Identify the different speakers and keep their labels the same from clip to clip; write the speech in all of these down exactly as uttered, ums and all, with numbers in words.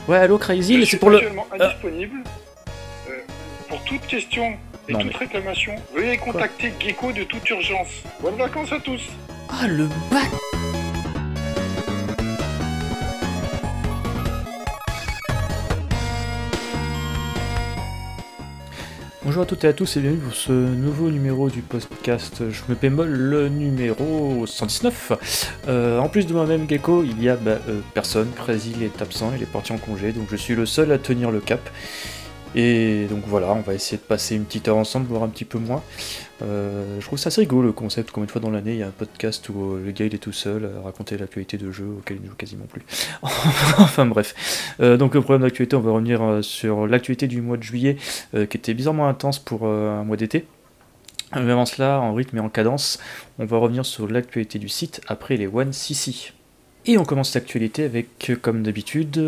Speaker 1: Ouais, allô Crazy,
Speaker 2: Je
Speaker 1: c'est
Speaker 2: suis
Speaker 1: pour le...
Speaker 2: actuellement indisponible. Euh, pour toute question et
Speaker 1: Non,
Speaker 2: toute
Speaker 1: mais-
Speaker 2: réclamation, veuillez contacter Gecko de toute urgence. Bonnes vacances à tous.
Speaker 1: Ah, le bac. Bonjour à toutes et à tous et bienvenue pour ce nouveau numéro du podcast Je me bémol, le numéro cent dix-neuf. Euh, en plus de moi-même Gecko, il y a bah, euh, personne, Crazy il est absent, il est parti en congé, donc je suis le seul à tenir le cap. Et donc voilà, on va essayer de passer une petite heure ensemble, voire un petit peu moins. Euh, je trouve ça assez rigolo le concept, combien de fois dans l'année il y a un podcast où euh, le gars il est tout seul à raconter l'actualité de jeux auxquels il ne joue quasiment plus. Enfin bref. Euh, donc le problème d'actualité, on va revenir euh, sur l'actualité du mois de juillet, euh, qui était bizarrement intense pour euh, un mois d'été. Mais avant cela, en rythme et en cadence, on va revenir sur l'actualité du site après les One C C. Et on commence l'actualité avec, comme d'habitude...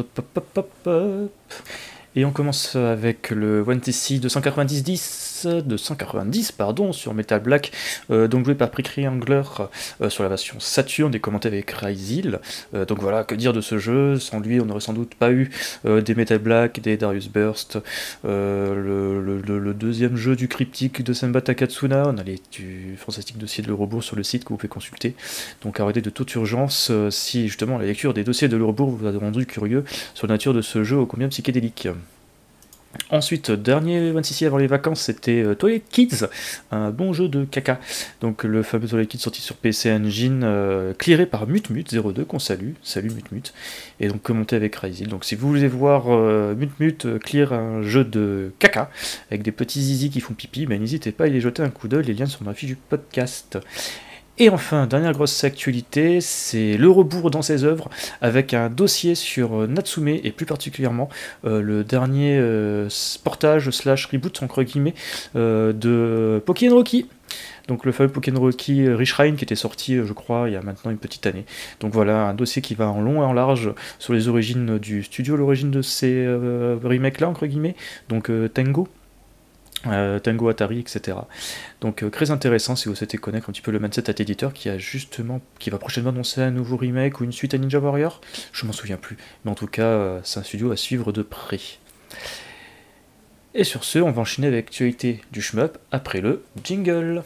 Speaker 1: Et on commence avec le One T C deux cent quatre-vingt-dix, deux cent quatre-vingt-dix pardon, sur Metal Black, euh, donc joué par Prickly Angler euh, sur la version Saturn et commenté avec Ryzil. Euh, donc voilà, que dire de ce jeu, sans lui on n'aurait sans doute pas eu euh, des Metal Black, des Darius Burst, euh, le, le, le, le deuxième jeu du cryptique de Senba Takatsuna, on a les, du fantastique dossier de l'Eurobourg sur le site que vous pouvez consulter. Donc arrêtez de toute urgence euh, si justement la lecture des dossiers de l'Eurobourg vous a rendu curieux sur la nature de ce jeu ô combien psychédélique. Ensuite, dernier One C C avant les vacances, c'était euh, Toilet Kids, un bon jeu de caca. Donc le fameux Toilet Kids sorti sur P C Engine, euh, clearé par Mutmut zéro deux, qu'on salue, salut Mutmut, et donc commenté avec Ryzil. Donc si vous voulez voir euh, Mutmut euh, clear un jeu de caca, avec des petits zizi qui font pipi, ben, n'hésitez pas à y jeter un coup d'œil, les liens sont dans la fiche du podcast. Et enfin, dernière grosse actualité, c'est l'Eurobourg dans ses œuvres, avec un dossier sur Natsume, et plus particulièrement euh, le dernier euh, portage slash reboot, entre guillemets, euh, de Pokémon Rocky. Donc le fameux Pokémon Rocky Reshrine qui était sorti, je crois, il y a maintenant une petite année. Donc voilà, un dossier qui va en long et en large sur les origines du studio, l'origine de ces euh, remakes-là, entre guillemets, donc euh, Tengo. Euh, Tango Atari, et cetera. Donc euh, très intéressant si vous souhaitez connaître un petit peu le mindset à l'éditeur qui a justement, qui va prochainement annoncer un nouveau remake ou une suite à Ninja Warrior. Je m'en souviens plus, mais en tout cas euh, c'est un studio à suivre de près. Et sur ce, on va enchaîner avec l'actualité du shmup après le jingle.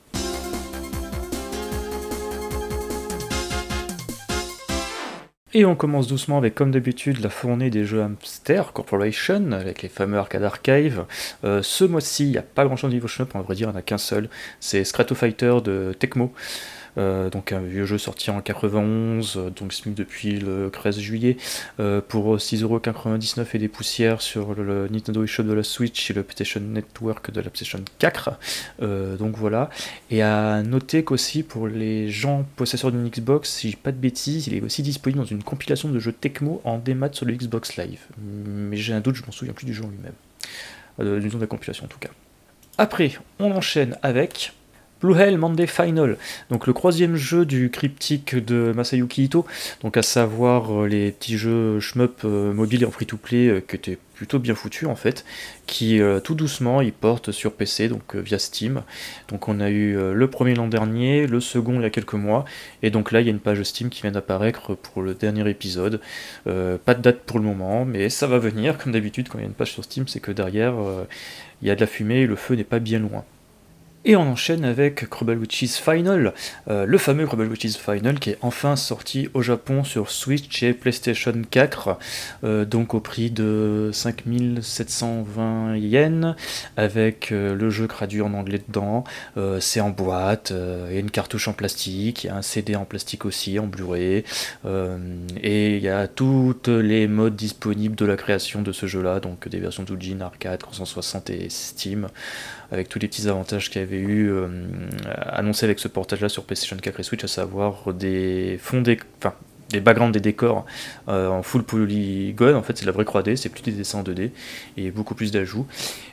Speaker 1: Et on commence doucement avec, comme d'habitude, la fournée des jeux Hamster Corporation, avec les fameux Arcade Archive. Euh, ce mois-ci, il n'y a pas grand-chose de niveau shmup, on va dire, il n'y en a qu'un seul. C'est Strato Fighter de Tecmo. Euh, donc un vieux jeu sorti en quatre-vingt-onze, donc disponible depuis le treize juillet, euh, pour six euros quatre-vingt-dix-neuf et des poussières sur le, le Nintendo eShop de la Switch et le PlayStation Network de la PlayStation quatre. Euh, donc voilà. Et à noter qu'aussi pour les gens possesseurs d'une Xbox, si j'ai pas de bêtises, il est aussi disponible dans une compilation de jeux Tecmo en démat sur le Xbox Live. Mais j'ai un doute, je m'en souviens plus du jeu en lui-même. Euh, du nom de la compilation en tout cas. Après, on enchaîne avec Blue Hell Monday Final, donc le troisième jeu du cryptique de Masayuki Ito, donc à savoir euh, les petits jeux shmup euh, mobiles et en free-to-play euh, qui étaient plutôt bien foutus en fait, qui euh, tout doucement ils portent sur P C, donc euh, via Steam. Donc on a eu euh, le premier l'an dernier, le second il y a quelques mois, et donc là il y a une page Steam qui vient d'apparaître pour le dernier épisode. Euh, pas de date pour le moment, mais ça va venir, comme d'habitude quand il y a une page sur Steam, c'est que derrière euh, il y a de la fumée et le feu n'est pas bien loin. Et on enchaîne avec Crumble Witches Final, euh, le fameux Crumble Witches Final qui est enfin sorti au Japon sur Switch et PlayStation quatre, euh, donc au prix de cinq mille sept cent vingt yens, avec euh, le jeu traduit en anglais dedans, euh, c'est en boîte, euh, il y a une cartouche en plastique, il y a un C D en plastique aussi, en Blu-ray, euh, et il y a toutes les modes disponibles de la création de ce jeu-là, donc des versions Doujin, Arcade, trois cent soixante et Steam, avec tous les petits avantages qu'il y avait eu euh, annoncés avec ce portage-là sur PlayStation quatre et Switch, à savoir des fonds, des, enfin, des backgrounds des décors euh, en full polygone, en fait c'est de la vraie trois D, c'est plus des dessins en deux D, et beaucoup plus d'ajouts.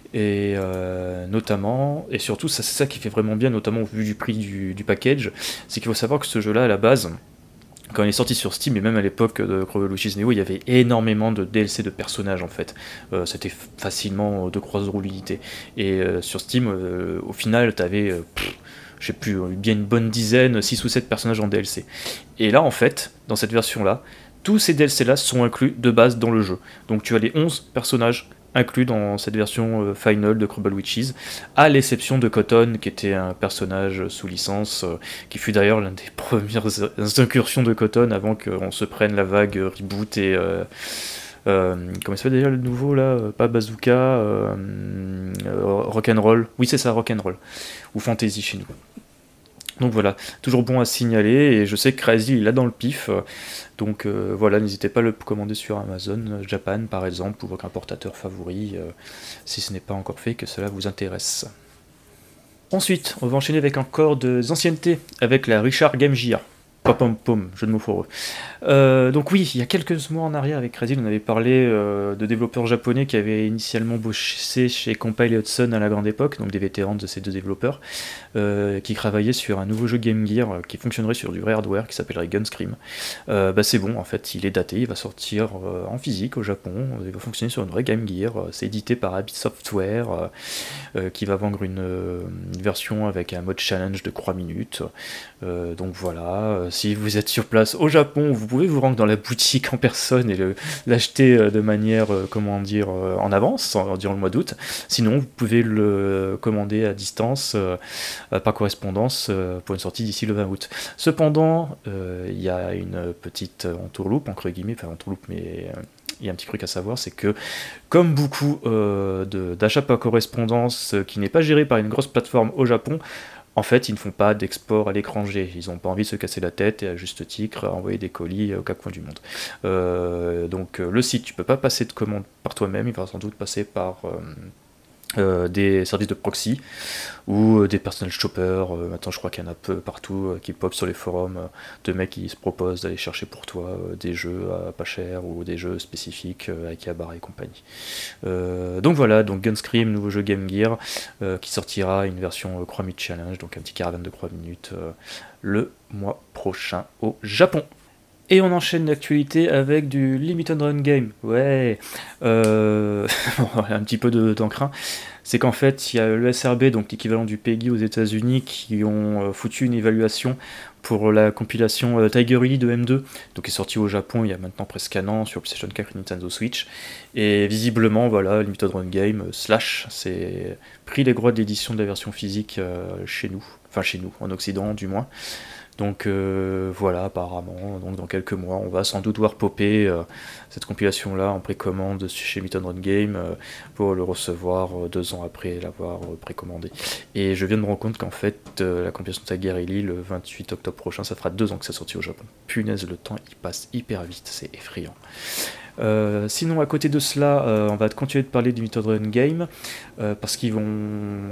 Speaker 1: Et euh, notamment, et surtout, ça, c'est ça qui fait vraiment bien, notamment au vu du prix du, du package, c'est qu'il faut savoir que ce jeu-là, à la base, quand il est sorti sur Steam, et même à l'époque de Crumble Witches Neo, il y avait énormément de D L C de personnages en fait. Euh, c'était facilement deux trois euros l'unité. Et euh, sur Steam, euh, au final, t'avais, euh, pff, je sais plus, bien une bonne dizaine, six ou sept personnages en D L C. Et là, en fait, dans cette version-là, tous ces D L C-là sont inclus de base dans le jeu. Donc tu as les onze personnages inclus dans cette version euh, final de Crumble Witches, à l'exception de Cotton, qui était un personnage sous licence, euh, qui fut d'ailleurs l'une des premières incursions de Cotton avant qu'on se prenne la vague euh, reboot et... Euh, euh, comment il s'appelle déjà le nouveau là, pas Bazooka, euh, euh, Rock'n'Roll, oui c'est ça, Rock'n'Roll, ou Fantasy chez nous. Donc voilà, toujours bon à signaler, et je sais que Crazy il est là dans le pif, donc euh, voilà, n'hésitez pas à le commander sur Amazon Japan par exemple, ou votre importateur favori, euh, si ce n'est pas encore fait, que cela vous intéresse. Ensuite, on va enchaîner avec encore des anciennetés, avec la Richard Game Gear. Pom pom pom, jeu de mots foireux. Euh, donc oui, il y a quelques mois en arrière avec Crazy, on avait parlé euh, de développeurs japonais qui avaient initialement bossé chez Compile et Hudson à la grande époque, donc des vétérans de ces deux développeurs, euh, qui travaillaient sur un nouveau jeu Game Gear euh, qui fonctionnerait sur du vrai hardware qui s'appellerait Gunscream. Euh, bah c'est bon, en fait, il est daté, il va sortir euh, en physique au Japon, il va fonctionner sur une vraie Game Gear, euh, c'est édité par Abyss Software, euh, euh, qui va vendre une, euh, une version avec un mode challenge de trois minutes, euh, donc voilà, si vous êtes sur place au Japon, vous pouvez vous rendre dans la boutique en personne et le, l'acheter de manière, comment dire, en avance, durant le mois d'août. Sinon, vous pouvez le commander à distance, euh, par correspondance, euh, pour une sortie d'ici le vingt août. Cependant, euh, il y a une petite entourloupe, entre guillemets, enfin entourloupe, mais... Euh, il y a un petit truc à savoir, c'est que comme beaucoup euh, de, d'achats par correspondance euh, qui n'est pas géré par une grosse plateforme au Japon, en fait, ils ne font pas d'export à l'étranger. Ils n'ont pas envie de se casser la tête et à juste titre envoyer des colis aux quatre coins du monde. Euh, donc le site, tu ne peux pas passer de commande par toi-même, il va sans doute passer par... Euh, Euh, des services de proxy ou euh, des personal shoppers. Euh, maintenant je crois qu'il y en a peu partout euh, qui pop sur les forums euh, de mecs qui se proposent d'aller chercher pour toi euh, des jeux à pas cher ou des jeux spécifiques euh, avec Akihabara et compagnie. Euh, donc voilà, donc Gunscream, nouveau jeu Game Gear euh, qui sortira une version euh, trois minutes challenge, donc un petit caravane de trois minutes euh, le mois prochain au Japon. Et on enchaîne l'actualité avec du Limited Run Game. Ouais, euh... un petit peu de, d'encrin. C'est qu'en fait, il y a l'E S R B, donc l'équivalent du P E G I aux États-Unis, qui ont euh, foutu une évaluation pour la compilation euh, Tiger Lily de M deux, donc qui est sortie au Japon il y a maintenant presque un an sur PlayStation quatre et Nintendo Switch. Et visiblement, voilà, Limited Run Game, euh, Slash, c'est pris les droits de l'édition de la version physique euh, chez nous, enfin chez nous, en Occident du moins. Donc euh, voilà, apparemment, donc dans quelques mois, on va sans doute voir popper euh, cette compilation-là en précommande chez Limited Run Game euh, pour le recevoir euh, deux ans après l'avoir euh, précommandé. Et je viens de me rendre compte qu'en fait, euh, la compilation de Tiger Lily, le vingt-huit octobre prochain, ça fera deux ans que c'est sorti au Japon. Punaise, le temps, il passe hyper vite, c'est effrayant. Euh, sinon, à côté de cela, euh, on va continuer de parler du Limited Run Game, euh, parce qu'ils vont...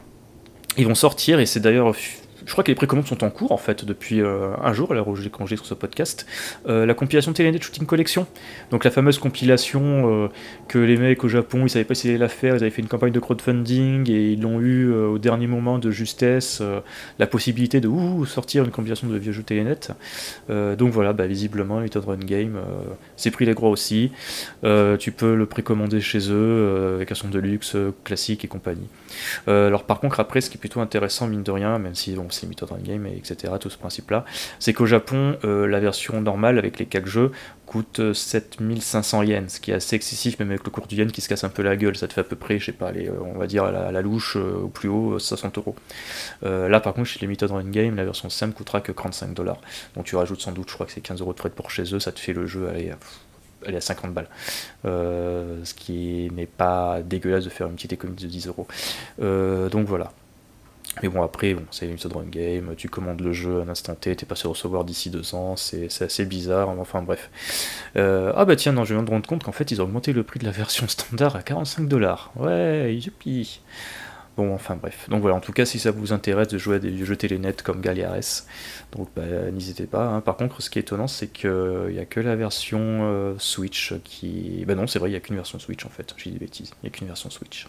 Speaker 1: Ils vont sortir, et c'est d'ailleurs... Je crois que les précommandes sont en cours en fait depuis euh, un jour, à l'heure où j'ai congé sur ce podcast. Euh, la compilation Telenet Shooting Collection, donc la fameuse compilation euh, que les mecs au Japon ils savaient pas s'ils allaient la faire, ils avaient fait une campagne de crowdfunding et ils l'ont eu euh, au dernier moment de justesse, euh, la possibilité de ouh, sortir une compilation de vieux jeux Telenet. Euh, donc voilà, bah, visiblement Limited Run Game euh, s'est pris les droits aussi. Euh, tu peux le précommander chez eux euh, avec un son de luxe, euh, classique et compagnie. Euh, alors par contre après ce qui est plutôt intéressant mine de rien, même si bon, c'est Limited Run Game et etc, tout ce principe là, c'est qu'au Japon euh, la version normale avec les quatre jeux coûte sept mille cinq cents yens, ce qui est assez excessif même avec le cours du yen qui se casse un peu la gueule, ça te fait à peu près, je sais pas, les, on va dire à la, à la louche euh, au plus haut soixante euros. Euh, là par contre chez Limited Run Game la version simple coûtera que trente-cinq dollars, donc tu rajoutes sans doute je crois que c'est quinze euros de frais de port chez eux, ça te fait le jeu allez, elle est à cinquante balles, euh, ce qui n'est pas dégueulasse de faire une petite économie de dix euros. Euh, donc voilà. Mais bon, après, bon, c'est Limited Run Game, tu commandes le jeu à un instant T, t'es pas sûr de recevoir d'ici deux ans, c'est, c'est assez bizarre, enfin bref. Euh, ah bah tiens, non, je viens de me rendre compte qu'en fait, ils ont augmenté le prix de la version standard à quarante-cinq dollars. Ouais, youpi. Bon, enfin bref. Donc voilà, en tout cas, si ça vous intéresse de jouer à des jeux Telenet comme Galliares, donc bah, n'hésitez pas. Hein. Par contre, ce qui est étonnant, c'est qu'il n'y a que la version euh, Switch qui... Bah non, c'est vrai, il n'y a qu'une version Switch en fait, j'ai dit des bêtises, il n'y a qu'une version Switch.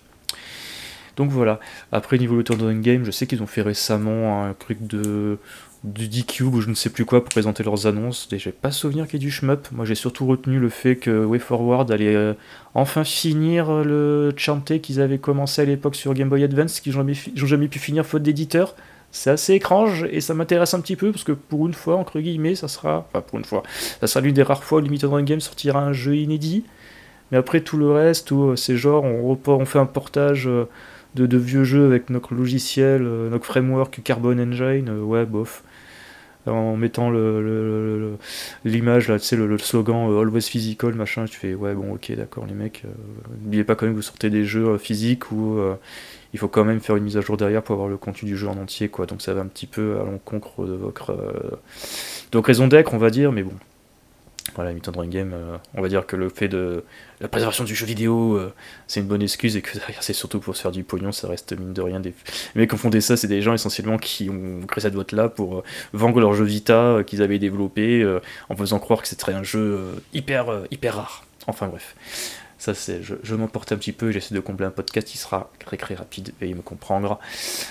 Speaker 1: Donc voilà, après niveau Limited Run Game, je sais qu'ils ont fait récemment un truc de... du D-Cube ou je ne sais plus quoi pour présenter leurs annonces, et j'ai pas souvenir qu'il y ait du shmup. Moi j'ai surtout retenu le fait que WayForward allait euh, enfin finir le chanté qu'ils avaient commencé à l'époque sur Game Boy Advance, qu'ils n'ont jamais, fi- jamais pu finir faute d'éditeur. c'est assez étrange et ça m'intéresse un petit peu parce que pour une fois, entre guillemets, ça sera, enfin pour une fois, ça sera l'une des rares fois où Limited Run Games sortira un jeu inédit. Mais après tout le reste, où c'est genre on, report, on fait un portage de, de vieux jeux avec notre logiciel, notre framework Carbon Engine, ouais bof. En mettant le, le, le, l'image là, tu sais, le, le slogan euh, Always Physical, machin, tu fais ouais bon ok d'accord les mecs, n'oubliez euh, pas quand même que vous sortez des jeux euh, physiques où euh, il faut quand même faire une mise à jour derrière pour avoir le contenu du jeu en entier quoi, donc ça va un petit peu à l'encontre de votre, euh, de votre raison d'être on va dire, mais bon. Voilà, Limited Run Game, euh, on va dire que le fait de la préservation du jeu vidéo, euh, c'est une bonne excuse et que derrière c'est surtout pour se faire du pognon, ça reste mine de rien des. Les mecs qui ont fondé ça, c'est des gens essentiellement qui ont créé cette boîte là pour euh, vendre leur jeu Vita euh, qu'ils avaient développé euh, en faisant croire que c'était un jeu euh, hyper, euh, hyper rare. Enfin bref, ça c'est. Je, je m'emporte un petit peu, j'essaie de combler un podcast qui sera très très rapide, veuillez me comprendre.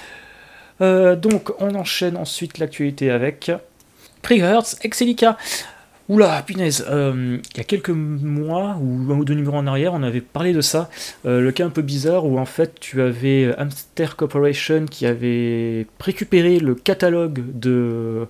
Speaker 1: Euh, donc on enchaîne ensuite l'actualité avec Trigger's Exilica. Oula, punaise, euh, il y a quelques mois, ou un ou deux numéros en arrière, on avait parlé de ça, euh, le cas un peu bizarre où en fait tu avais Hamster Corporation qui avait récupéré le catalogue de,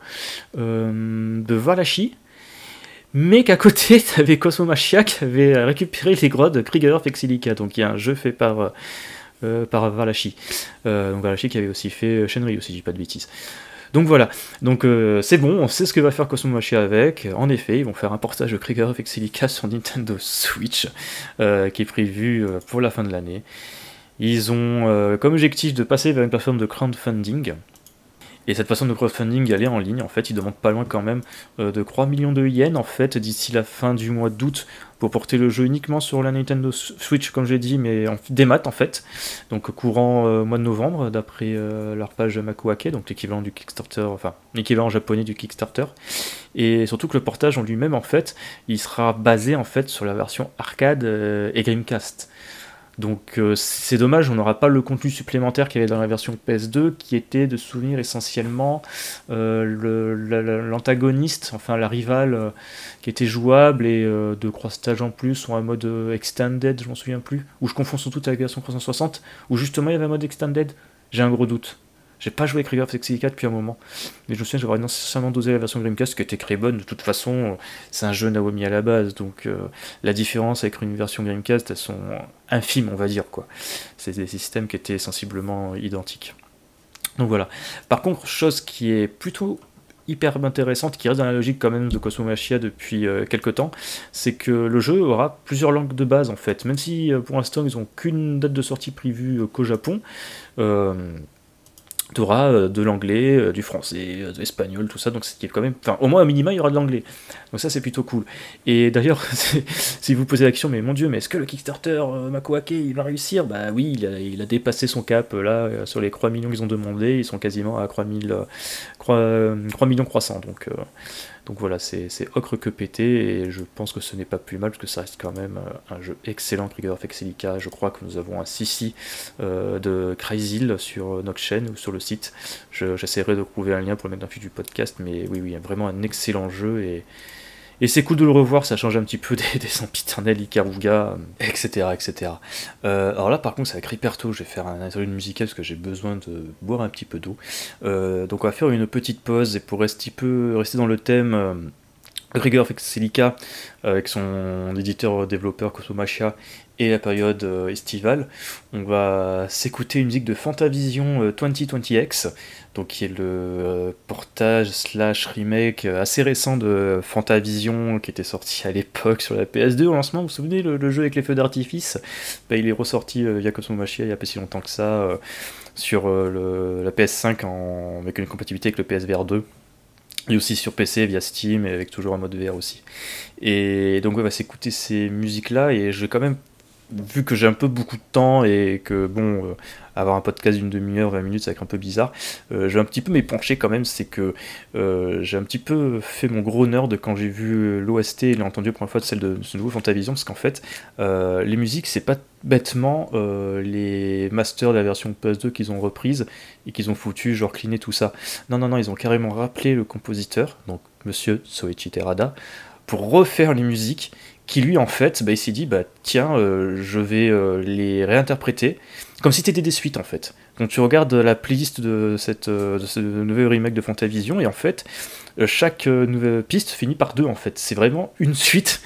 Speaker 1: euh, de Valachi, mais qu'à côté tu avais Cosmomachia qui avait récupéré les droits de Krieger of Exilica, donc il y a un jeu fait par, euh, par Valachi, euh, donc Valachi qui avait aussi fait Shenry aussi, je dis pas de bêtises. Donc voilà, donc euh, c'est bon, on sait ce que va faire Cosmomachia avec. En effet, ils vont faire un portage de Krieger of Exilica sur Nintendo Switch, euh, qui est prévu euh, pour la fin de l'année. Ils ont euh, comme objectif de passer vers une plateforme de crowdfunding. Et cette façon de crowdfunding, elle est en ligne. En fait, ils demandent pas loin quand même euh, de trois millions de yens en fait d'ici la fin du mois d'août pour porter le jeu uniquement sur la Nintendo Switch, comme je l'ai dit, mais en démat en fait. Donc courant euh, mois de novembre, d'après euh, leur page Makuake, donc l'équivalent du Kickstarter, enfin l'équivalent japonais du Kickstarter. Et surtout que le portage en lui-même, en fait, il sera basé en fait sur la version arcade euh, et Dreamcast. Donc euh, c'est dommage, on n'aura pas le contenu supplémentaire qu'il y avait dans la version P S deux, qui était de souvenir essentiellement euh, le, la, la, l'antagoniste, enfin la rivale, euh, qui était jouable et euh, de croistage en plus, ou un mode euh, extended, je m'en souviens plus, ou je confonds surtout avec la version trois cent soixante, où justement il y avait un mode extended, j'ai un gros doute. J'ai pas joué avec Krieger of Exilica depuis un moment, mais je me souviens j'aurais nécessairement dosé la version Dreamcast qui était très bonne. De toute façon, c'est un jeu Naomi à la base, donc euh, la différence avec une version Dreamcast, elles sont infimes, on va dire quoi. C'est des systèmes qui étaient sensiblement identiques. Donc voilà. Par contre, chose qui est plutôt hyper intéressante, qui reste dans la logique quand même de Cosmomachia depuis euh, quelques temps, c'est que le jeu aura plusieurs langues de base en fait, même si euh, pour l'instant ils n'ont qu'une date de sortie prévue euh, qu'au Japon. Euh, tu auras euh, de l'anglais, euh, du français, euh, de l'espagnol, tout ça, donc c'est quand même, enfin au moins à minima il y aura de l'anglais, donc ça c'est plutôt cool. Et d'ailleurs, si vous posez la question, mais mon dieu, mais est-ce que le Kickstarter euh, Makuake il va réussir? Bah oui, il a, il a dépassé son cap euh, là, euh, sur les trois millions qu'ils ont demandé, ils sont quasiment à trois mille, euh, trois millions croissants, donc... Euh, Donc voilà, c'est, c'est ocre que pété, et je pense que ce n'est pas plus mal, parce que ça reste quand même euh, un jeu excellent, Krieger of Exilica. Je crois que nous avons un Sissi euh, de Cryzil sur notre chaîne ou sur le site. Je, j'essaierai de trouver un lien pour le mettre dans le fil du podcast, mais oui, oui, vraiment un excellent jeu, et, et c'est cool de le revoir, ça change un petit peu des, des sempiternels Ikaruga, et cetera, et cetera. Euh, alors là, par contre, c'est avec Riperto, je vais faire un interlude musical parce que j'ai besoin de boire un petit peu d'eau. Euh, donc on va faire une petite pause, et pour rester, peu, rester dans le thème euh, Krieger of Exilica, euh, avec son éditeur-développeur Cosmomachia, et la période euh, estivale, on va s'écouter une musique de Fantavision euh, vingt vingt X, donc qui est le euh, portage slash remake euh, assez récent de Fantavision, qui était sorti à l'époque sur la P S deux au lancement. Vous vous souvenez, le, le jeu avec les feux d'artifice, bah, il est ressorti euh, via Cosmomachia il n'y a pas si longtemps que ça, euh, sur euh, le, la P S cinq en, avec une compatibilité avec le P S V R deux. Et aussi sur P C via Steam, et avec toujours un mode V R aussi. Et donc on va s'écouter ces musiques-là, et je vais quand même, vu que j'ai un peu beaucoup de temps, et que bon, euh, avoir un podcast d'une demi-heure, vingt minutes, ça va être un peu bizarre, euh, je vais un petit peu m'épancher quand même, c'est que euh, j'ai un petit peu fait mon gros nerd quand j'ai vu l'O S T et l'ai entendu la première fois de celle de, de ce nouveau Fantavision, parce qu'en fait, euh, les musiques, c'est pas bêtement euh, les masters de la version P S deux qu'ils ont reprises, et qu'ils ont foutu, genre cleané tout ça. Non, non, non, ils ont carrément rappelé le compositeur, donc monsieur Soichi Terada, pour refaire les musiques, qui lui en fait, bah, il s'est dit bah tiens, euh, je vais euh, les réinterpréter comme si c'était des suites en fait. Donc tu regardes la playlist de, cette, euh, de ce nouvel remake de Fantavision et en fait euh, chaque euh, nouvelle piste finit par deux en fait. C'est vraiment une suite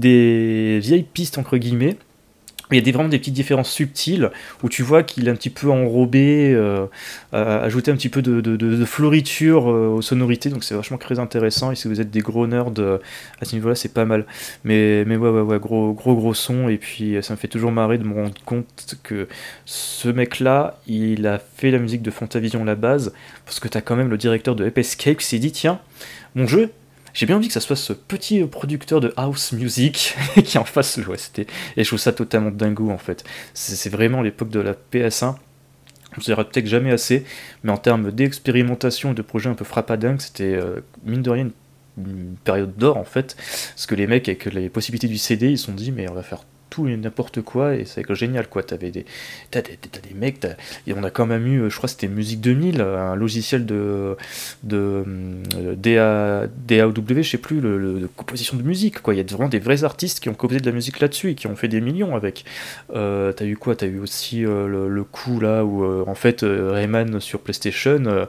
Speaker 1: des vieilles pistes entre guillemets. Il y a des, vraiment des petites différences subtiles où tu vois qu'il est un petit peu enrobé, euh, euh, ajouté un petit peu de, de, de, de floriture euh, aux sonorités, donc c'est vachement très intéressant. Et si vous êtes des gros nerds euh, à ce niveau-là, c'est pas mal. Mais, mais ouais, ouais, ouais, gros, gros, gros son. Et puis ça me fait toujours marrer de me rendre compte que ce mec-là, il a fait la musique de Fantavision à la base, parce que t'as quand même le directeur de Ape Escape qui s'est dit tiens, mon jeu. J'ai bien envie que ça soit ce petit producteur de house music qui en fasse l'O S T. Et je trouve ça totalement dingo en fait. C'est, c'est vraiment l'époque de la P S un. On ne dira peut-être jamais assez, mais en termes d'expérimentation et de projets un peu frappadingues, c'était euh, mine de rien une, une période d'or en fait. Parce que les mecs, avec les possibilités du C D, ils se sont dit, mais on va faire tout et n'importe quoi, et c'est génial quoi. T'avais des, t'as des, t'as des mecs, t'as, et on a quand même eu, je crois que c'était Musique deux mille, un logiciel de, de, de D A, D A O W, je sais plus, le, le, de composition de musique quoi. Il y a vraiment des vrais artistes qui ont composé de la musique là-dessus et qui ont fait des millions avec. Euh, t'as eu quoi? T'as eu aussi euh, le, le coup là où euh, en fait euh, Rayman sur PlayStation. Euh,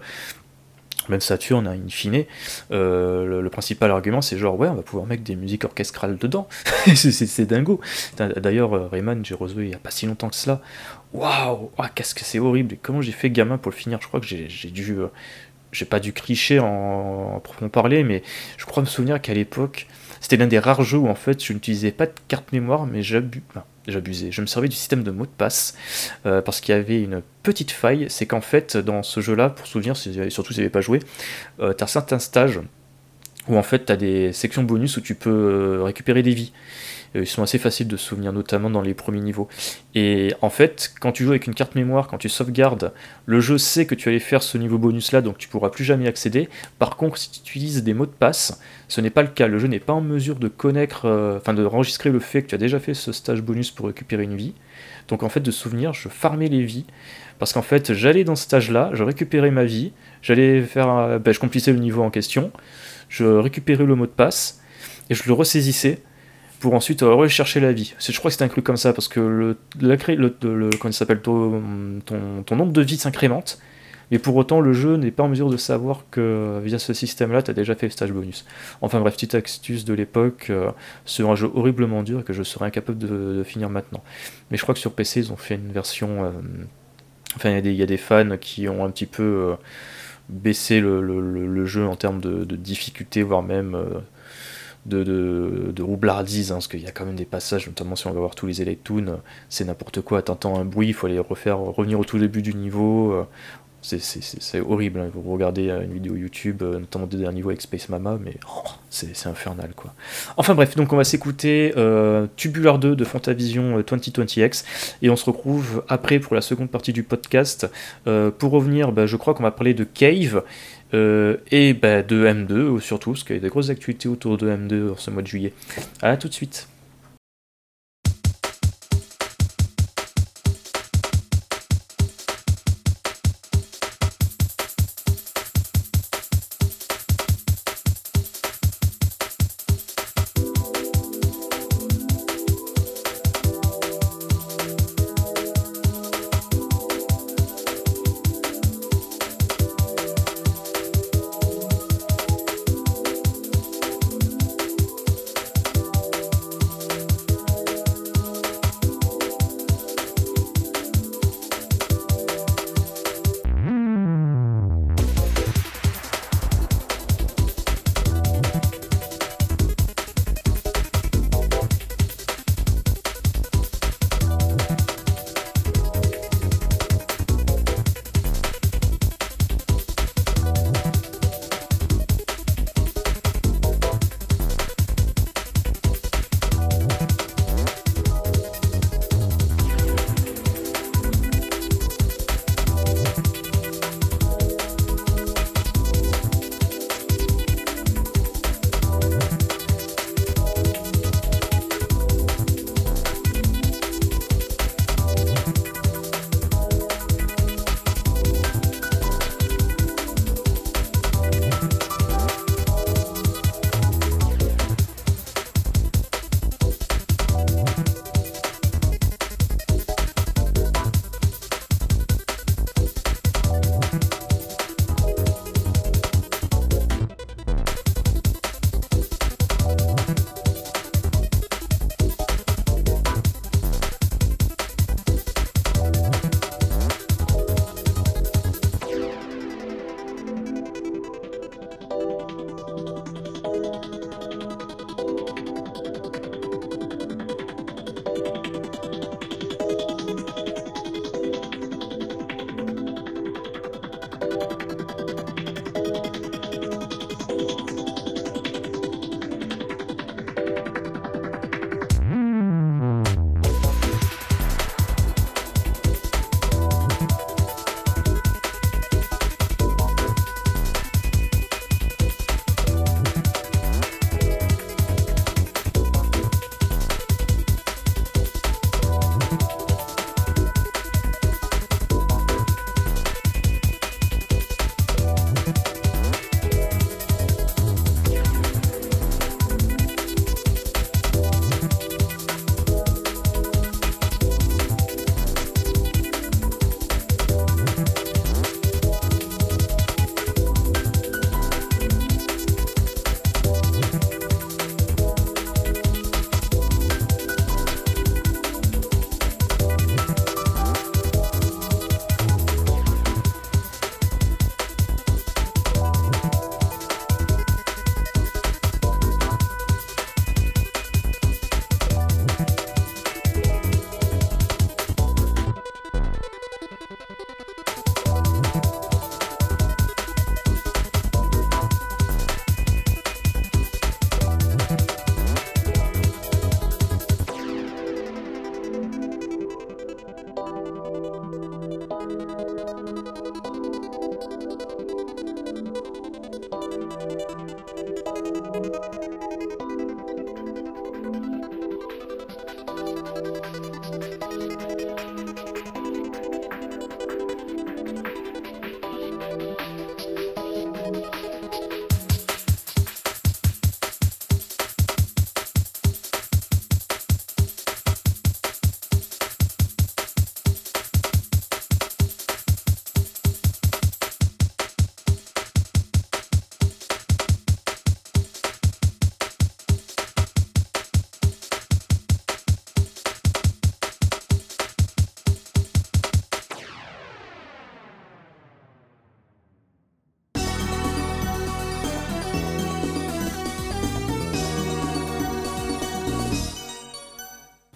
Speaker 1: même Saturn, hein, in fine, euh, le, le principal argument c'est genre ouais on va pouvoir mettre des musiques orchestrales dedans. c'est, c'est, c'est dingo. D'ailleurs euh, Rayman j'ai rejoué il y a pas si longtemps que cela. Waouh, oh, qu'est-ce que c'est horrible. Et comment j'ai fait gamin pour le finir? Je crois que j'ai, j'ai dû euh, j'ai pas dû cricher en, en proprement parler, mais je crois me souvenir qu'à l'époque c'était l'un des rares jeux où en fait je n'utilisais pas de carte mémoire, mais j'abu... enfin, j'abusais. Je me servais du système de mot de passe euh, parce qu'il y avait une petite faille, c'est qu'en fait dans ce jeu-là, pour souvenir, surtout si vous n'avez pas joué, euh, t'as certains stages où en fait t'as des sections bonus où tu peux euh, récupérer des vies. Ils sont assez faciles de se souvenir, notamment dans les premiers niveaux. Et en fait, quand tu joues avec une carte mémoire, quand tu sauvegardes, le jeu sait que tu allais faire ce niveau bonus-là, donc tu pourras plus jamais y accéder. Par contre, si tu utilises des mots de passe, ce n'est pas le cas. Le jeu n'est pas en mesure de connaître, euh, enfin de enregistrer le fait que tu as déjà fait ce stage bonus pour récupérer une vie. Donc en fait, de souvenir, je farmais les vies, parce qu'en fait, j'allais dans ce stage-là, je récupérais ma vie, j'allais faire, euh, ben, je complissais le niveau en question, je récupérais le mot de passe, et je le ressaisissais, pour ensuite euh, rechercher la vie. Je crois que c'est un truc comme ça, parce que le, la, le, le, comment il s'appelle, ton, ton, ton nombre de vies s'incrémente, mais pour autant le jeu n'est pas en mesure de savoir que via ce système-là, tu as déjà fait le stage bonus. Enfin bref, petite astuce de l'époque, euh, sur un jeu horriblement dur que je serais incapable de, de finir maintenant. Mais je crois que sur P C, ils ont fait une version... Euh, enfin, il y, y a des fans qui ont un petit peu euh, baissé le, le, le, le jeu en termes de, de difficulté, voire même... Euh, de, de, de roublardise, hein, parce qu'il y a quand même des passages, notamment si on va voir tous les Electoons, c'est n'importe quoi, t'entends un bruit, il faut aller refaire, revenir au tout début du niveau, euh, c'est, c'est, c'est, c'est horrible, hein. Vous regardez une vidéo YouTube, euh, notamment des derniers niveaux avec Space Mama, mais oh, c'est, c'est infernal quoi. Enfin bref, donc on va s'écouter euh, Tubular deux de Fantavision euh, vingt vingt X, et on se retrouve après pour la seconde partie du podcast. Euh, pour revenir, bah, je crois qu'on va parler de Cave, Euh, et bah, de M deux surtout, parce qu'il y a des grosses actualités autour de M deux en ce mois de juillet. A tout de suite.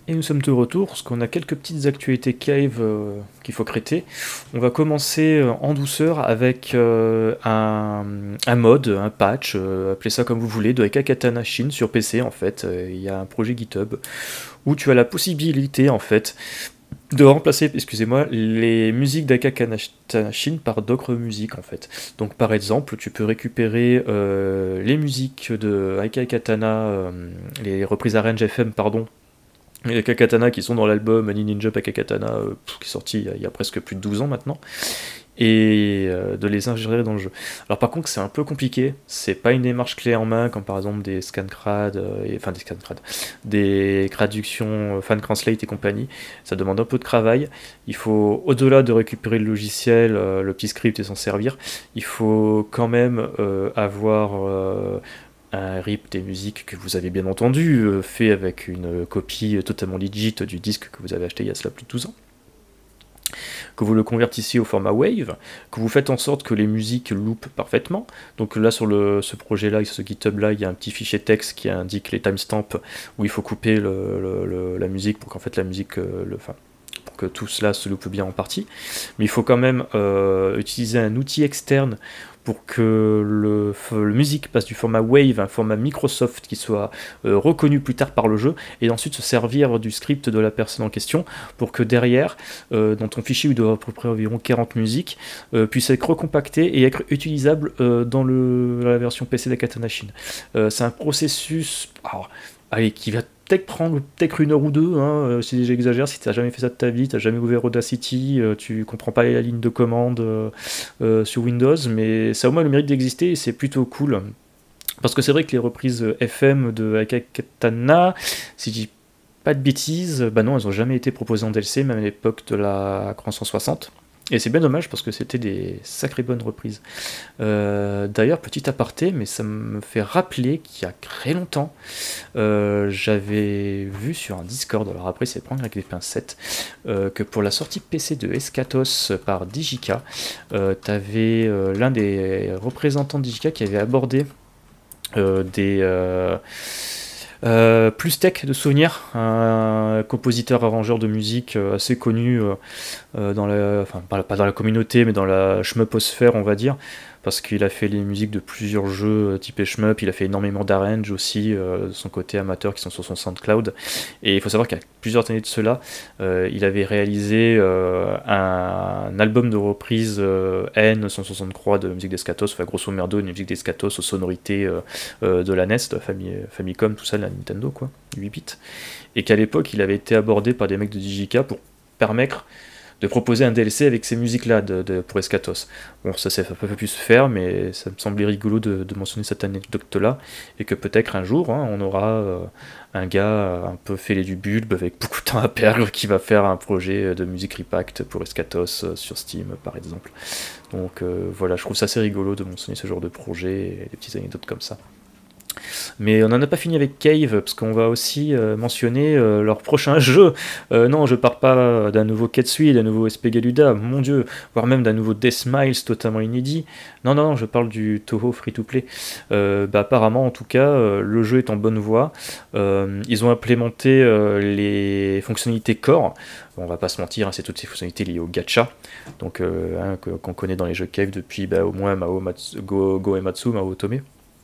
Speaker 1: Et nous sommes de retour, parce qu'on a quelques petites actualités Cave euh, qu'il faut traiter. On va commencer euh, en douceur avec euh, un, un mod, un patch, euh, appelez ça comme vous voulez, de Akakatana Shin sur P C en fait. Euh, Il y a un projet GitHub où tu as la possibilité en fait de remplacer, excusez-moi, les musiques d'Akakatana Shin par d'autres musiques en fait. Donc par exemple, tu peux récupérer euh, les musiques de Akakatana, euh, les reprises Arrange F M, pardon, les Kakatana qui sont dans l'album Ani Ninja Pakakatana, euh, qui est sorti il y, a, il y a presque plus de douze ans maintenant, et euh, de les ingérer dans le jeu. Alors par contre c'est un peu compliqué, c'est pas une démarche clé en main comme par exemple des scancrad, euh, et, enfin des scancrad, des traductions, euh, fan translate et compagnie, ça demande un peu de travail, il faut au-delà de récupérer le logiciel, euh, le petit script et s'en servir, il faut quand même euh, avoir... Euh, un rip des musiques que vous avez bien entendu, euh, fait avec une copie totalement legit du disque que vous avez acheté il y a cela plus de douze ans, que vous le convertissiez au format Wave, que vous faites en sorte que les musiques loopent parfaitement. Donc là sur le, ce projet-là, sur ce GitHub-là, il y a un petit fichier texte qui indique les timestamps où il faut couper le, le, le, la musique pour qu'en fait la musique, euh, le, enfin, pour que tout cela se loupe bien en partie. Mais il faut quand même euh, utiliser un outil externe pour que le, le musique passe du format Wave à un format Microsoft qui soit euh, reconnu plus tard par le jeu, et ensuite se servir du script de la personne en question pour que derrière, euh, dans ton fichier où il doit à peu près environ quarante musiques, euh, puisse être recompacté et être utilisable euh, dans, le, dans la version P C d'Akatana Shin. Euh, c'est un processus alors, allez, qui va peut-être prendre peut-être une heure ou deux, hein, euh, si j'exagère, si tu n'as jamais fait ça de ta vie, tu n'as jamais ouvert Audacity, euh, tu comprends pas la ligne de commande euh, euh, sur Windows, mais ça a au moins le mérite d'exister et c'est plutôt cool. Parce que c'est vrai que les reprises F M de Akakatana, si je dis pas de bêtises, bah non, elles n'ont jamais été proposées en D L C, même à l'époque de la Grand cent soixante. Et c'est bien dommage parce que c'était des sacrées bonnes reprises. Euh, d'ailleurs, petit aparté, mais ça me fait rappeler qu'il y a très longtemps, euh, j'avais vu sur un Discord, alors après c'est prendre avec des pincettes, euh, que pour la sortie P C de Escatos par Digica, euh, t'avais euh, l'un des représentants de Digica qui avait abordé euh, des... Euh, Euh, Plus Tech de souvenir, un compositeur arrangeur de musique euh, assez connu euh, euh, dans la, enfin pas dans la communauté mais dans la shmuposphère on va dire, parce qu'il a fait les musiques de plusieurs jeux euh, type shmup, il a fait énormément d'arrange aussi euh, de son côté amateur qui sont sur son SoundCloud, et il faut savoir qu'à plusieurs années de cela euh, il avait réalisé euh, un, un album de reprise euh, N cent soixante-trois de musique d'Escatos, enfin grosso merdo une musique d'Escatos aux sonorités euh, euh, de la N E S, de la Fami- Famicom, tout ça, de la Nintendo quoi, huit bits, et qu'à l'époque il avait été abordé par des mecs de Digica pour permettre de proposer un D L C avec ces musiques-là de, de, pour Escatos. Bon, ça s'est pas pu se faire, mais ça me semblait rigolo de, de mentionner cette anecdote-là, et que peut-être un jour, hein, on aura euh, un gars un peu fêlé du bulbe, avec beaucoup de temps à perdre, qui va faire un projet de musique repact pour Escatos euh, sur Steam, par exemple. Donc euh, voilà, je trouve ça assez rigolo de mentionner ce genre de projet, et des petites anecdotes comme ça. Mais on n'en a pas fini avec Cave, parce qu'on va aussi euh, mentionner euh, leur prochain jeu. Euh, non, je pars pas d'un nouveau Ketsui, d'un nouveau Espagaluda, mon dieu, voire même d'un nouveau Death Miles totalement inédit. Non, non, non, je parle du Toho Free-to-Play. Euh, bah, apparemment, en tout cas, euh, le jeu est en bonne voie. Euh, ils ont implémenté euh, les fonctionnalités core. Bon, on va pas se mentir, hein, c'est toutes ces fonctionnalités liées au gacha, donc euh, hein, que, qu'on connaît dans les jeux Cave depuis bah, au moins Mao Matsu, Go, Go Ematsu, Mao Otome.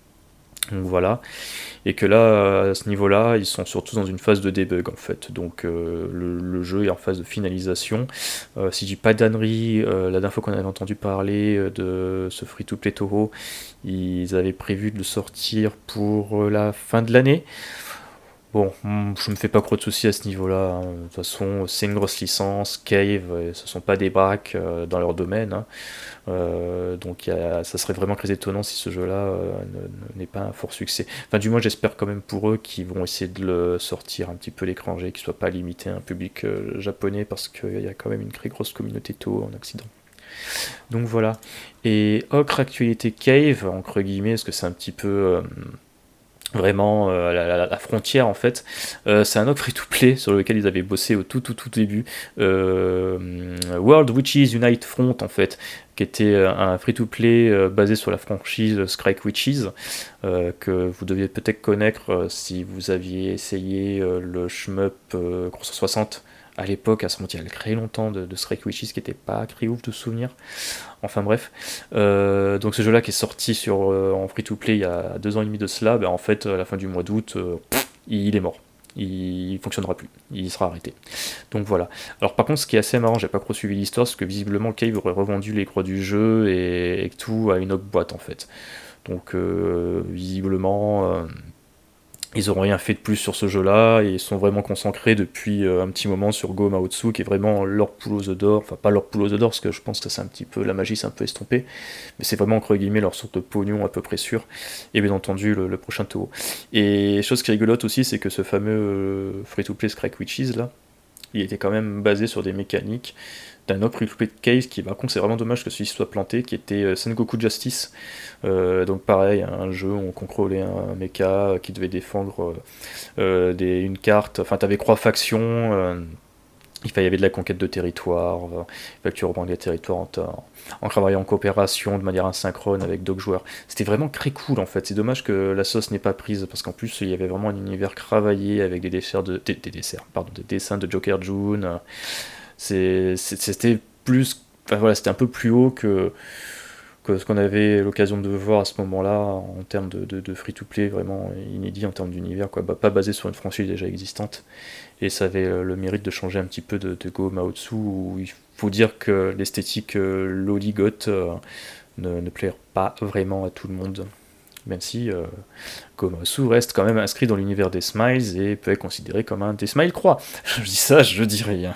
Speaker 1: Donc voilà, et que là, à ce niveau-là, ils sont surtout dans une phase de debug en fait. Donc euh, le, le jeu est en phase de finalisation. Euh, si je dis pas d'ânerie, euh, la dernière fois qu'on avait entendu parler de ce free-to-play Toho, ils avaient prévu de le sortir pour la fin de l'année. Bon, je me fais pas trop de soucis à ce niveau-là, hein. De toute façon, c'est une grosse licence, Cave, et ce sont pas des braques euh, dans leur domaine, hein. Euh, donc y a, ça serait vraiment très étonnant si ce jeu-là euh, n'est pas un fort succès. Enfin, du moins, j'espère quand même pour eux qu'ils vont essayer de le sortir un petit peu l'étranger, qu'il soit pas limité à un public euh, japonais, parce qu'il y a quand même une très grosse communauté Toho en Occident. Donc voilà. Et autre actualité Cave, entre guillemets, parce que c'est un petit peu... Euh, vraiment euh, à la, la- la frontière en fait. Euh, c'est un autre free-to-play sur lequel ils avaient bossé au tout tout tout début. Euh, World Witches Unite Front en fait, qui était euh, un free-to-play euh, basé sur la franchise Scrake Witches, euh, que vous deviez peut-être connaître euh, si vous aviez essayé euh, le shmup euh, trois cent soixante à l'époque, à ce moment il y a très longtemps, de, de Scrake Witches qui n'était pas très ouf de souvenirs. Enfin bref, euh, donc ce jeu-là qui est sorti sur, euh, en free-to-play il y a deux ans et demi de cela, ben en fait à la fin du mois d'août, euh, pff, il est mort. Il fonctionnera plus, il sera arrêté. Donc voilà. Alors par contre, ce qui est assez marrant, j'ai pas trop suivi l'histoire, c'est que visiblement Cave aurait revendu les croix du jeu et, et tout à une autre boîte en fait. Donc euh, visiblement, euh, ils n'auront rien fait de plus sur ce jeu-là, et ils sont vraiment concentrés depuis euh, un petit moment sur Go Maotsu, qui est vraiment leur poule aux œufs d'or, enfin pas leur poule aux œufs d'or, parce que je pense que c'est un petit peu, la magie s'est un peu estompée, mais c'est vraiment entre guillemets leur sorte de pognon à peu près sûr, et bien entendu le, le prochain Toho. Et chose qui est rigolote aussi, c'est que ce fameux euh, free-to-play Scrake Witches là, il était quand même basé sur des mécaniques d'un autre free-to-play de Case qui, par contre, c'est vraiment dommage que celui-ci soit planté, qui était euh, Sengoku Justice. Euh, donc pareil, un jeu où on contrôlait un mecha qui devait défendre euh, euh, des, une carte, enfin t'avais trois factions, euh, il fallait- y avait de la conquête de territoire, euh, il fallait que tu reprends des territoires en, en, en travaillant en coopération de manière asynchrone avec d'autres joueurs. C'était vraiment très cool en fait, c'est dommage que la sauce n'ait pas prise, parce qu'en plus il y avait vraiment un univers travaillé avec des desserts de, des, des desserts, pardon, des dessins de Joker June. euh, c'est- c'est- c'était plus, enfin voilà, c'était un peu plus haut que que ce qu'on avait l'occasion de voir à ce moment-là en termes de, de- de free-to-play vraiment inédit en termes d'univers, quoi. Bah, pas basé sur une franchise déjà existante. Et ça avait euh, le mérite de changer un petit peu de, de Go Maotsu, où il faut dire que l'esthétique euh, loligote euh, ne, ne plaît pas vraiment à tout le monde. Même si euh, Go Maotsu reste quand même inscrit dans l'univers des Smiles et peut être considéré comme un des Smile Croix. Je dis ça, je dis rien.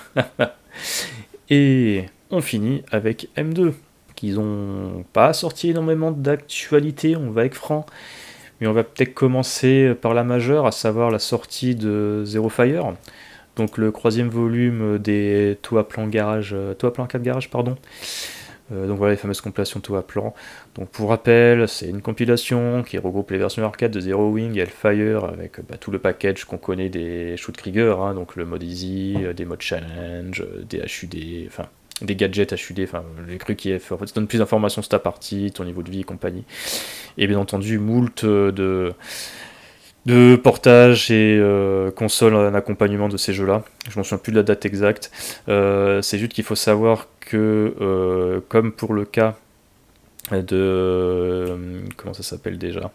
Speaker 1: Et on finit avec M deux, qu'ils ont pas sorti énormément d'actualité, on va être franc, mais on va peut-être commencer par la majeure, à savoir la sortie de Zero Fire, donc le troisième volume des Toa Plan Garage, euh, Toa Plan quatre Garage, pardon. Euh, donc voilà les fameuses compilations Toa Plan. Donc pour rappel, c'est une compilation qui regroupe les versions arcade de Zero Wing et Hellfire avec bah, tout le package qu'on connaît des Shoot Krieger, hein, donc le mode easy, euh, des modes challenge, euh, des H U D, enfin des gadgets H U D, enfin les trucs qui en fait, ça donne plus d'informations sur ta partie, ton niveau de vie et compagnie. Et bien entendu, moult euh, de de portage et euh, console en accompagnement de ces jeux-là. Je m'en souviens plus de la date exacte. Euh, c'est juste qu'il faut savoir que, euh, comme pour le cas de... euh, comment ça s'appelle déjà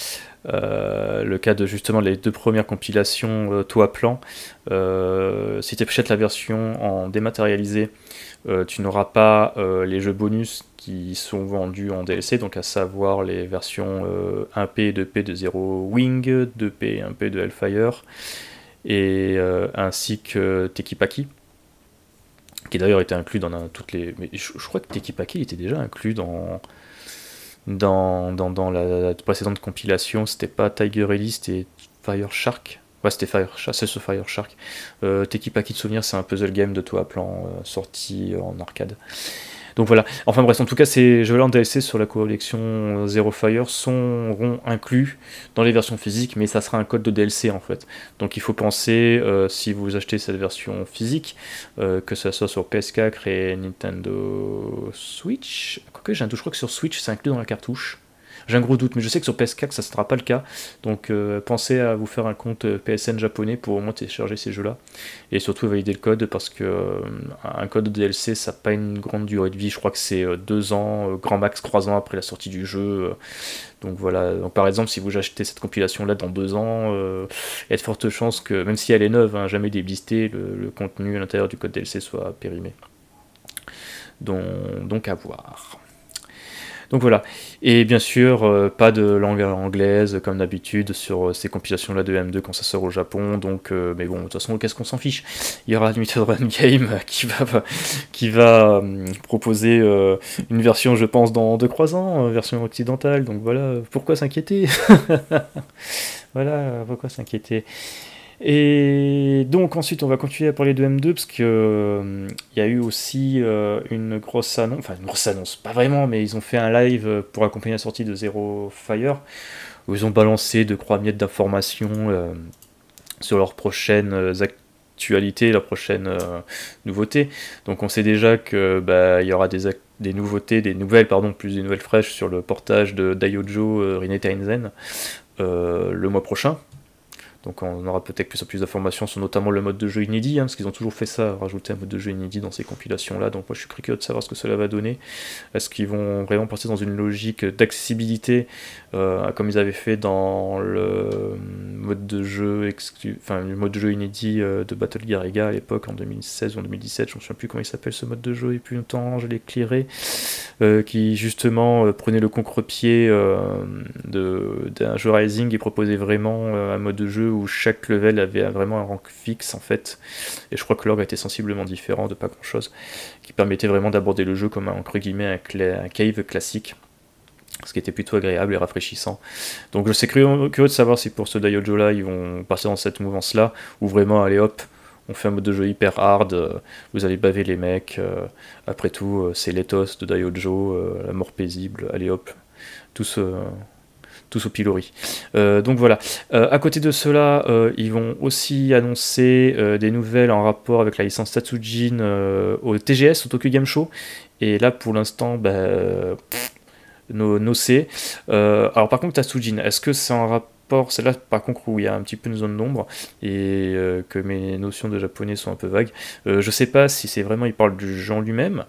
Speaker 1: Euh, le cas de justement les deux premières compilations euh, Toa Plan, euh, si tu achètes la version en dématérialisé, euh, tu n'auras pas euh, les jeux bonus qui sont vendus en D L C, donc à savoir les versions euh, un P et deux P de Zero Wing, deux P et un P de Hellfire, et euh, ainsi que Tekipaki, qui d'ailleurs était inclus dans un, toutes les... Mais je, je crois que Tekipaki était déjà inclus dans, dans, dans, dans la, la précédente compilation, c'était pas Tiger Ellie, c'était Fire Shark. Ouais, c'était Fire Shark, c'est ce Fire Shark. Euh, Tekipaki de souvenir, c'est un puzzle game de Toa Plan euh, sorti en arcade. Donc voilà. Enfin bref, en tout cas, ces jeux-là en D L C sur la collection Zero Fire seront inclus dans les versions physiques, mais ça sera un code de D L C en fait. Donc il faut penser, euh, si vous achetez cette version physique, euh, que ça soit sur P S quatre et Nintendo Switch. Quoique j'ai un doute, je crois que sur Switch c'est inclus dans la cartouche. J'ai un gros doute, mais je sais que sur P S quatre ça ne sera pas le cas. Donc euh, pensez à vous faire un compte P S N japonais pour au moins télécharger ces jeux-là. Et surtout valider le code, parce que euh, un code de D L C ça n'a pas une grande durée de vie. Je crois que c'est euh, deux ans, euh, grand max trois ans après la sortie du jeu. Euh, donc voilà. Donc par exemple, si vous achetez cette compilation-là dans deux ans, euh, il y a de fortes chances que, même si elle est neuve, hein, jamais déblistée, le, le contenu à l'intérieur du code D L C soit périmé. Donc, donc à voir. Donc voilà. Et bien sûr, euh, pas de langue anglaise comme d'habitude sur euh, ces compilations-là de M deux quand ça sort au Japon. Donc, euh, mais bon, de toute façon, qu'est-ce qu'on s'en fiche? Il y aura Limited Run Game qui va, qui va euh, proposer euh, une version, je pense, dans deux trois ans, euh, version occidentale. Donc voilà, pourquoi s'inquiéter? Voilà, pourquoi s'inquiéter? Et donc ensuite on va continuer à parler de M deux parce que euh, il y a eu aussi euh, une grosse annonce, enfin une grosse annonce, pas vraiment, mais ils ont fait un live pour accompagner la sortie de Zero Fire où ils ont balancé deux trois miettes d'informations euh, sur leurs prochaines actualités, leurs prochaines euh, nouveautés. Donc on sait déjà que bah, il y aura des, ac- des nouveautés, des nouvelles, pardon, plus des nouvelles fraîches sur le portage de Daiojo euh, Rinne Teinzen euh, le mois prochain. Donc on aura peut-être plus, plus d'informations sur notamment le mode de jeu inédit, hein, parce qu'ils ont toujours fait ça, rajouter un mode de jeu inédit dans ces compilations-là. Donc moi je suis curieux de savoir ce que cela va donner. Est-ce qu'ils vont vraiment partir dans une logique d'accessibilité, euh, comme ils avaient fait dans le mode de jeu, exclu... enfin, le mode de jeu inédit euh, de Battle Garriga à l'époque, en deux mille seize ou en deux mille dix-sept, je ne me souviens plus comment il s'appelle ce mode de jeu, et plus longtemps je l'ai clearé, euh, qui justement euh, prenait le contre-pied euh, de, d'un jeu Rising et proposait vraiment euh, un mode de jeu où chaque level avait vraiment un rank fixe en fait, et je crois que l'orgue était sensiblement différent de pas grand chose, qui permettait vraiment d'aborder le jeu comme un, entre guillemets un, cla- un cave classique, ce qui était plutôt agréable et rafraîchissant. Donc je suis curieux, curieux de savoir si pour ce Daiojo là ils vont partir dans cette mouvance là, ou vraiment allez hop, on fait un mode de jeu hyper hard, euh, vous allez baver les mecs, euh, après tout euh, c'est l'éthos de Daiojo, euh, la mort paisible, allez hop, tous... Euh, tous au pilori. Euh, donc voilà. Euh, à côté de cela, euh, ils vont aussi annoncer euh, des nouvelles en rapport avec la licence Tatsujin euh, au T G S, au Tokyo Game Show. Et là, pour l'instant, bah, pff, no, no c'est. Euh, alors par contre, Tatsujin, est-ce que c'est en rapport... C'est là par contre où il y a un petit peu une zone d'ombre et euh, que mes notions de japonais sont un peu vagues. Euh, je sais pas si c'est vraiment il parle du jeu en lui-même,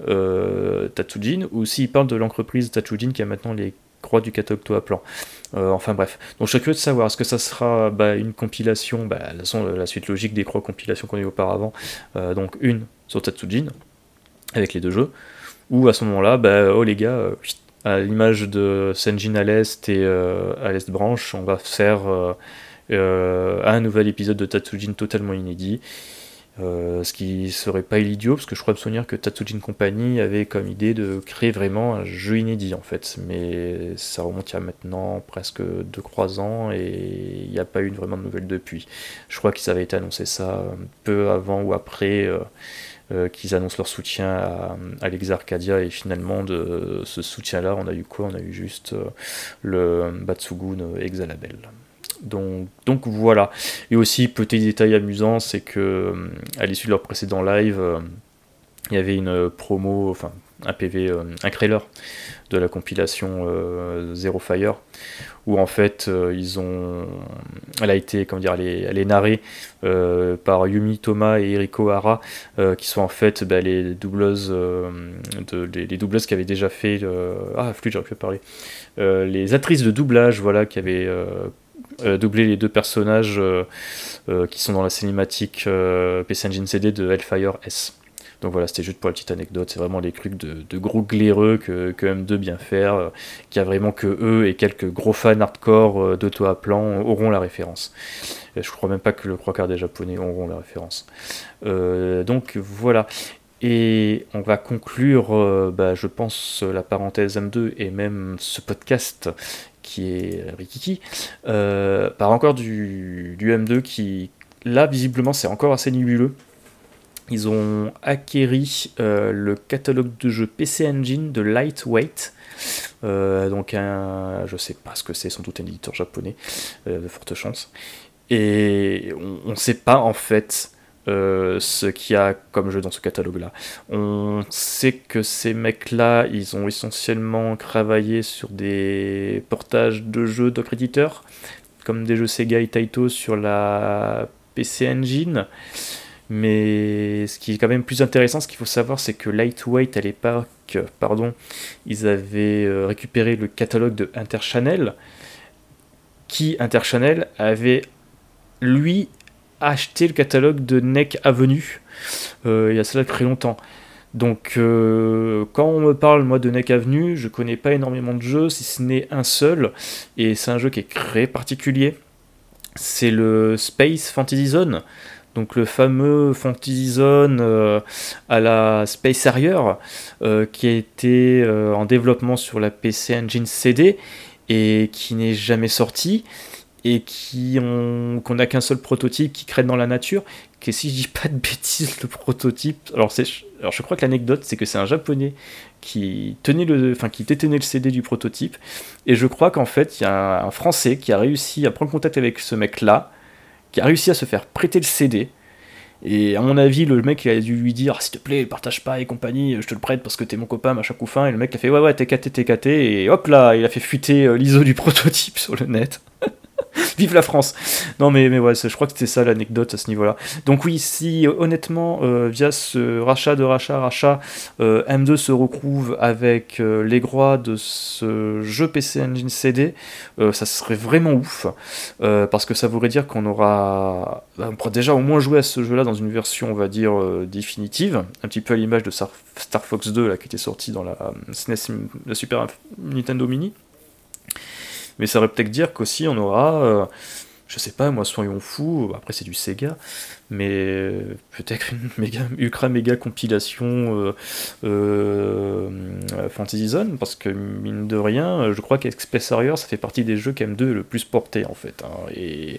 Speaker 1: euh, Tatsujin, ou s'il parle de l'entreprise Tatsujin qui a maintenant les croix du catalogue Toa Plan. Euh, enfin bref. Donc je suis curieux de savoir, est-ce que ça sera bah, une compilation, bah, de toute façon, la suite logique des croix compilations qu'on a eu auparavant, euh, donc une sur Tatsujin, avec les deux jeux, ou à ce moment-là, bah, oh les gars, euh, à l'image de Senjin à l'Est et euh, à l'Est branche, on va faire euh, euh, un nouvel épisode de Tatsujin totalement inédit. Euh, ce qui serait pas idiot, parce que je crois me souvenir que Tatsujin Company avait comme idée de créer vraiment un jeu inédit en fait, mais ça remonte il y a maintenant presque deux trois ans et il n'y a pas eu vraiment de nouvelles depuis. Je crois qu'ils avaient été annoncé ça un peu avant ou après euh, euh, qu'ils annoncent leur soutien à, à l'Ex Arcadia, et finalement de ce soutien là on a eu quoi? On a eu juste euh, le Batsugun Exalabel. Donc, donc voilà. Et aussi, petit détail amusant, c'est que à l'issue de leur précédent live, euh, il y avait une promo, enfin un P V, euh, un trailer de la compilation euh, Zero Fire, où en fait euh, ils ont, elle a été, comment dire, elle est, elle est narrée euh, par Yumi Toma et Eriko Hara, euh, qui sont en fait bah, les doubleuses, euh, de, les, les doubleuses qui avaient déjà fait, euh, ah flûte, j'aurais pu parler, euh, les actrices de doublage, voilà, qui avaient euh, Euh, doubler les deux personnages euh, euh, qui sont dans la cinématique euh, P C Engine C D de Hellfire S. Donc voilà, c'était juste pour la petite anecdote, c'est vraiment les trucs de, de gros glaireux que, que M deux bien faire, euh, qui a vraiment que eux et quelques gros fans hardcore euh, de Toa Plan auront la référence. Et je crois même pas que le trois quarts des japonais auront la référence. Euh, donc voilà. Et on va conclure, euh, bah, je pense, la parenthèse M deux et même ce podcast qui est Rikiki, euh, par encore du, du M deux qui, là, visiblement, c'est encore assez nébuleux. Ils ont acquéri euh, le catalogue de jeux P C Engine de Lightweight. Euh, donc, un, je sais pas ce que c'est, sans doute un éditeur japonais, euh, de fortes chances. Et on ne sait pas, en fait, Euh, ce qu'il y a comme jeu dans ce catalogue-là. On sait que ces mecs-là, ils ont essentiellement travaillé sur des portages de jeux d'autres éditeurs, comme des jeux Sega et Taito sur la P C Engine. Mais ce qui est quand même plus intéressant, ce qu'il faut savoir, c'est que Lightweight, à l'époque, pardon, ils avaient récupéré le catalogue de Interchannel, qui, Interchannel, avait, lui, acheté le catalogue de N E C Avenue euh, il y a cela très longtemps. Donc euh, quand on me parle moi de N E C Avenue, je connais pas énormément de jeux, si ce n'est un seul, et c'est un jeu qui est très particulier. C'est le Space Fantasy Zone, donc le fameux Fantasy Zone euh, à la Space Harrier, euh, qui a été euh, en développement sur la P C Engine C D et qui n'est jamais sorti. et qui ont qu'on n'a qu'un seul prototype qui crée dans la nature, que si je dis pas de bêtises, le prototype, alors c'est alors je crois que l'anecdote c'est que c'est un japonais qui tenait le enfin qui détenait le C D du prototype, et je crois qu'en fait il y a un, un français qui a réussi à prendre contact avec ce mec là, qui a réussi à se faire prêter le C D. Et à mon avis, le mec il a dû lui dire, s'il te plaît, partage pas et compagnie, je te le prête parce que t'es mon copain, machin couffin. Et le mec a fait, ouais, ouais, t'es caté, t'es caté. Et hop là, il a fait fuiter euh, l'I S O du prototype sur le net. Vive la France. Non mais, mais ouais, je crois que c'était ça l'anecdote à ce niveau-là. Donc oui, si honnêtement, euh, via ce rachat de rachat, rachat, euh, M deux se retrouve avec euh, les droits de ce jeu P C Engine C D, euh, ça serait vraiment ouf, euh, parce que ça voudrait dire qu'on aura, on pourra déjà au moins jouer à ce jeu-là dans une version, on va dire, euh, définitive, un petit peu à l'image de Star, Star Fox deux là, qui était sorti dans la, S N E S, la Super Nintendo Mini. Mais ça veut peut-être dire qu'aussi on aura, euh, je sais pas, moi, soyons fous, après c'est du Sega, mais euh, peut-être une méga, ultra méga compilation euh, euh, Fantasy Zone, parce que mine de rien, je crois qu'Express Warrior ça fait partie des jeux qu'M deux est le plus porté en fait, hein, et,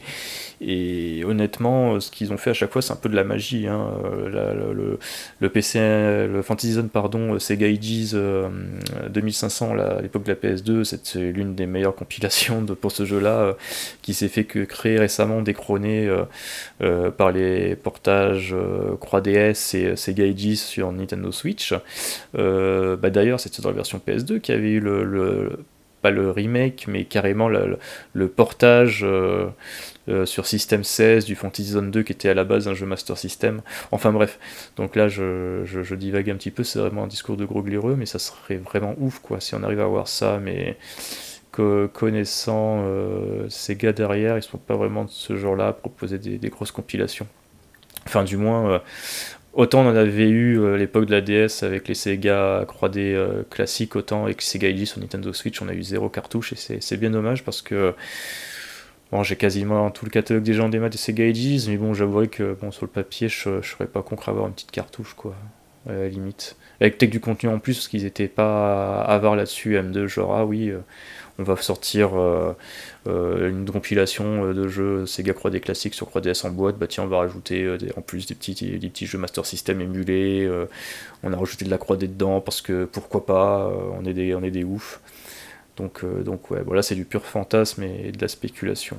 Speaker 1: et honnêtement, ce qu'ils ont fait à chaque fois c'est un peu de la magie, hein, la, la, le, le P C, le Fantasy Zone, pardon, Sega Ages euh, deux mille cinq cents là, à l'époque de la P S deux, c'est l'une des meilleures compilations de, pour ce jeu-là, euh, qui s'est fait que créer récemment, décroné euh, euh, par les portages euh, trois D S et Sega Ages sur Nintendo Switch. Euh, bah d'ailleurs, c'était dans la version P S deux qu'il y avait eu le, le pas le remake, mais carrément le, le, le portage euh, euh, sur System seize du Fantasy Zone deux qui était à la base un jeu Master System. Enfin bref, donc là je, je, je divague un petit peu, c'est vraiment un discours de gros glireux, mais ça serait vraiment ouf quoi si on arrive à voir ça, mais que, connaissant euh, ces gars derrière, ils sont pas vraiment de ce genre-là à proposer des, des grosses compilations. Enfin du moins, euh, autant on en avait eu euh, à l'époque de la D S avec les Sega trois D euh, classiques, autant avec Sega Ages sur Nintendo Switch on a eu zéro cartouche, et c'est, c'est bien dommage parce que bon, j'ai quasiment tout le catalogue des gens des maths de Sega Ages, mais bon, j'avouerais que bon, sur le papier je, je serais pas contre avoir une petite cartouche quoi, à la limite. Avec peut-être du contenu en plus, parce qu'ils étaient pas avares là-dessus, M deux, genre ah oui, euh, on va sortir euh, euh, une compilation de jeux Sega trois D classiques sur trois D S en boîte, bah tiens on va rajouter euh, des, en plus des petits, des petits jeux Master System émulés, euh, on a rajouté de la trois D dedans parce que pourquoi pas, euh, on est des, on est des oufs. Donc, euh, donc ouais, voilà, c'est du pur fantasme et de la spéculation.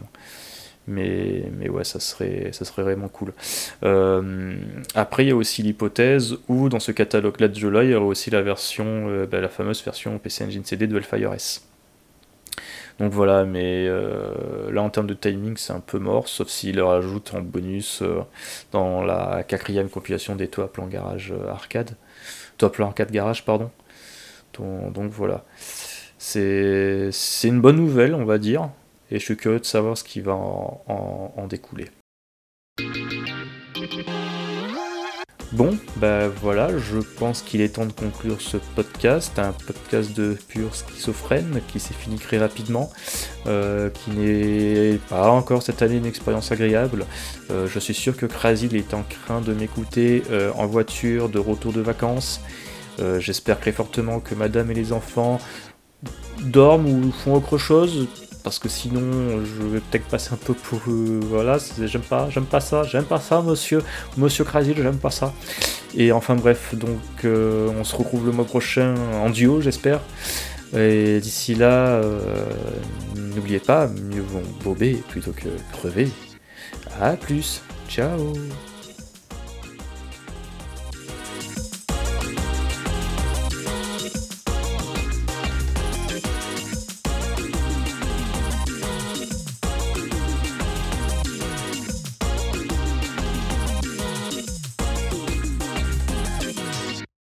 Speaker 1: Mais, mais ouais, ça serait, ça serait vraiment cool. Euh, après, il y a aussi l'hypothèse où, dans ce catalogue-là de jeux-là, il y aura aussi la version, euh, bah, la fameuse version P C Engine C D de Hellfire S. Donc voilà, mais euh, là en termes de timing c'est un peu mort, sauf s'il le rajoute en bonus euh, dans la quatrième compilation des Toa Plan Garage euh, Arcade. Toa Plan Arcade Garage, pardon. Donc, donc voilà. C'est, c'est une bonne nouvelle, on va dire, et je suis curieux de savoir ce qui va en, en, en découler. Bon, bah voilà, je pense qu'il est temps de conclure ce podcast, un podcast de pur schizophrène qui s'est fini très rapidement, euh, qui n'est pas encore cette année une expérience agréable. Euh, je suis sûr que Krasil est en train de m'écouter euh, en voiture de retour de vacances. Euh, j'espère très fortement que madame et les enfants dorment ou font autre chose, parce que sinon je vais peut-être passer un peu pour euh, voilà, c'est, j'aime pas j'aime pas ça j'aime pas ça monsieur monsieur Krasil, j'aime pas ça. Et enfin bref, donc euh, on se retrouve le mois prochain en duo, j'espère, et d'ici là euh, n'oubliez pas, mieux vaut bober plutôt que crever. À plus, ciao.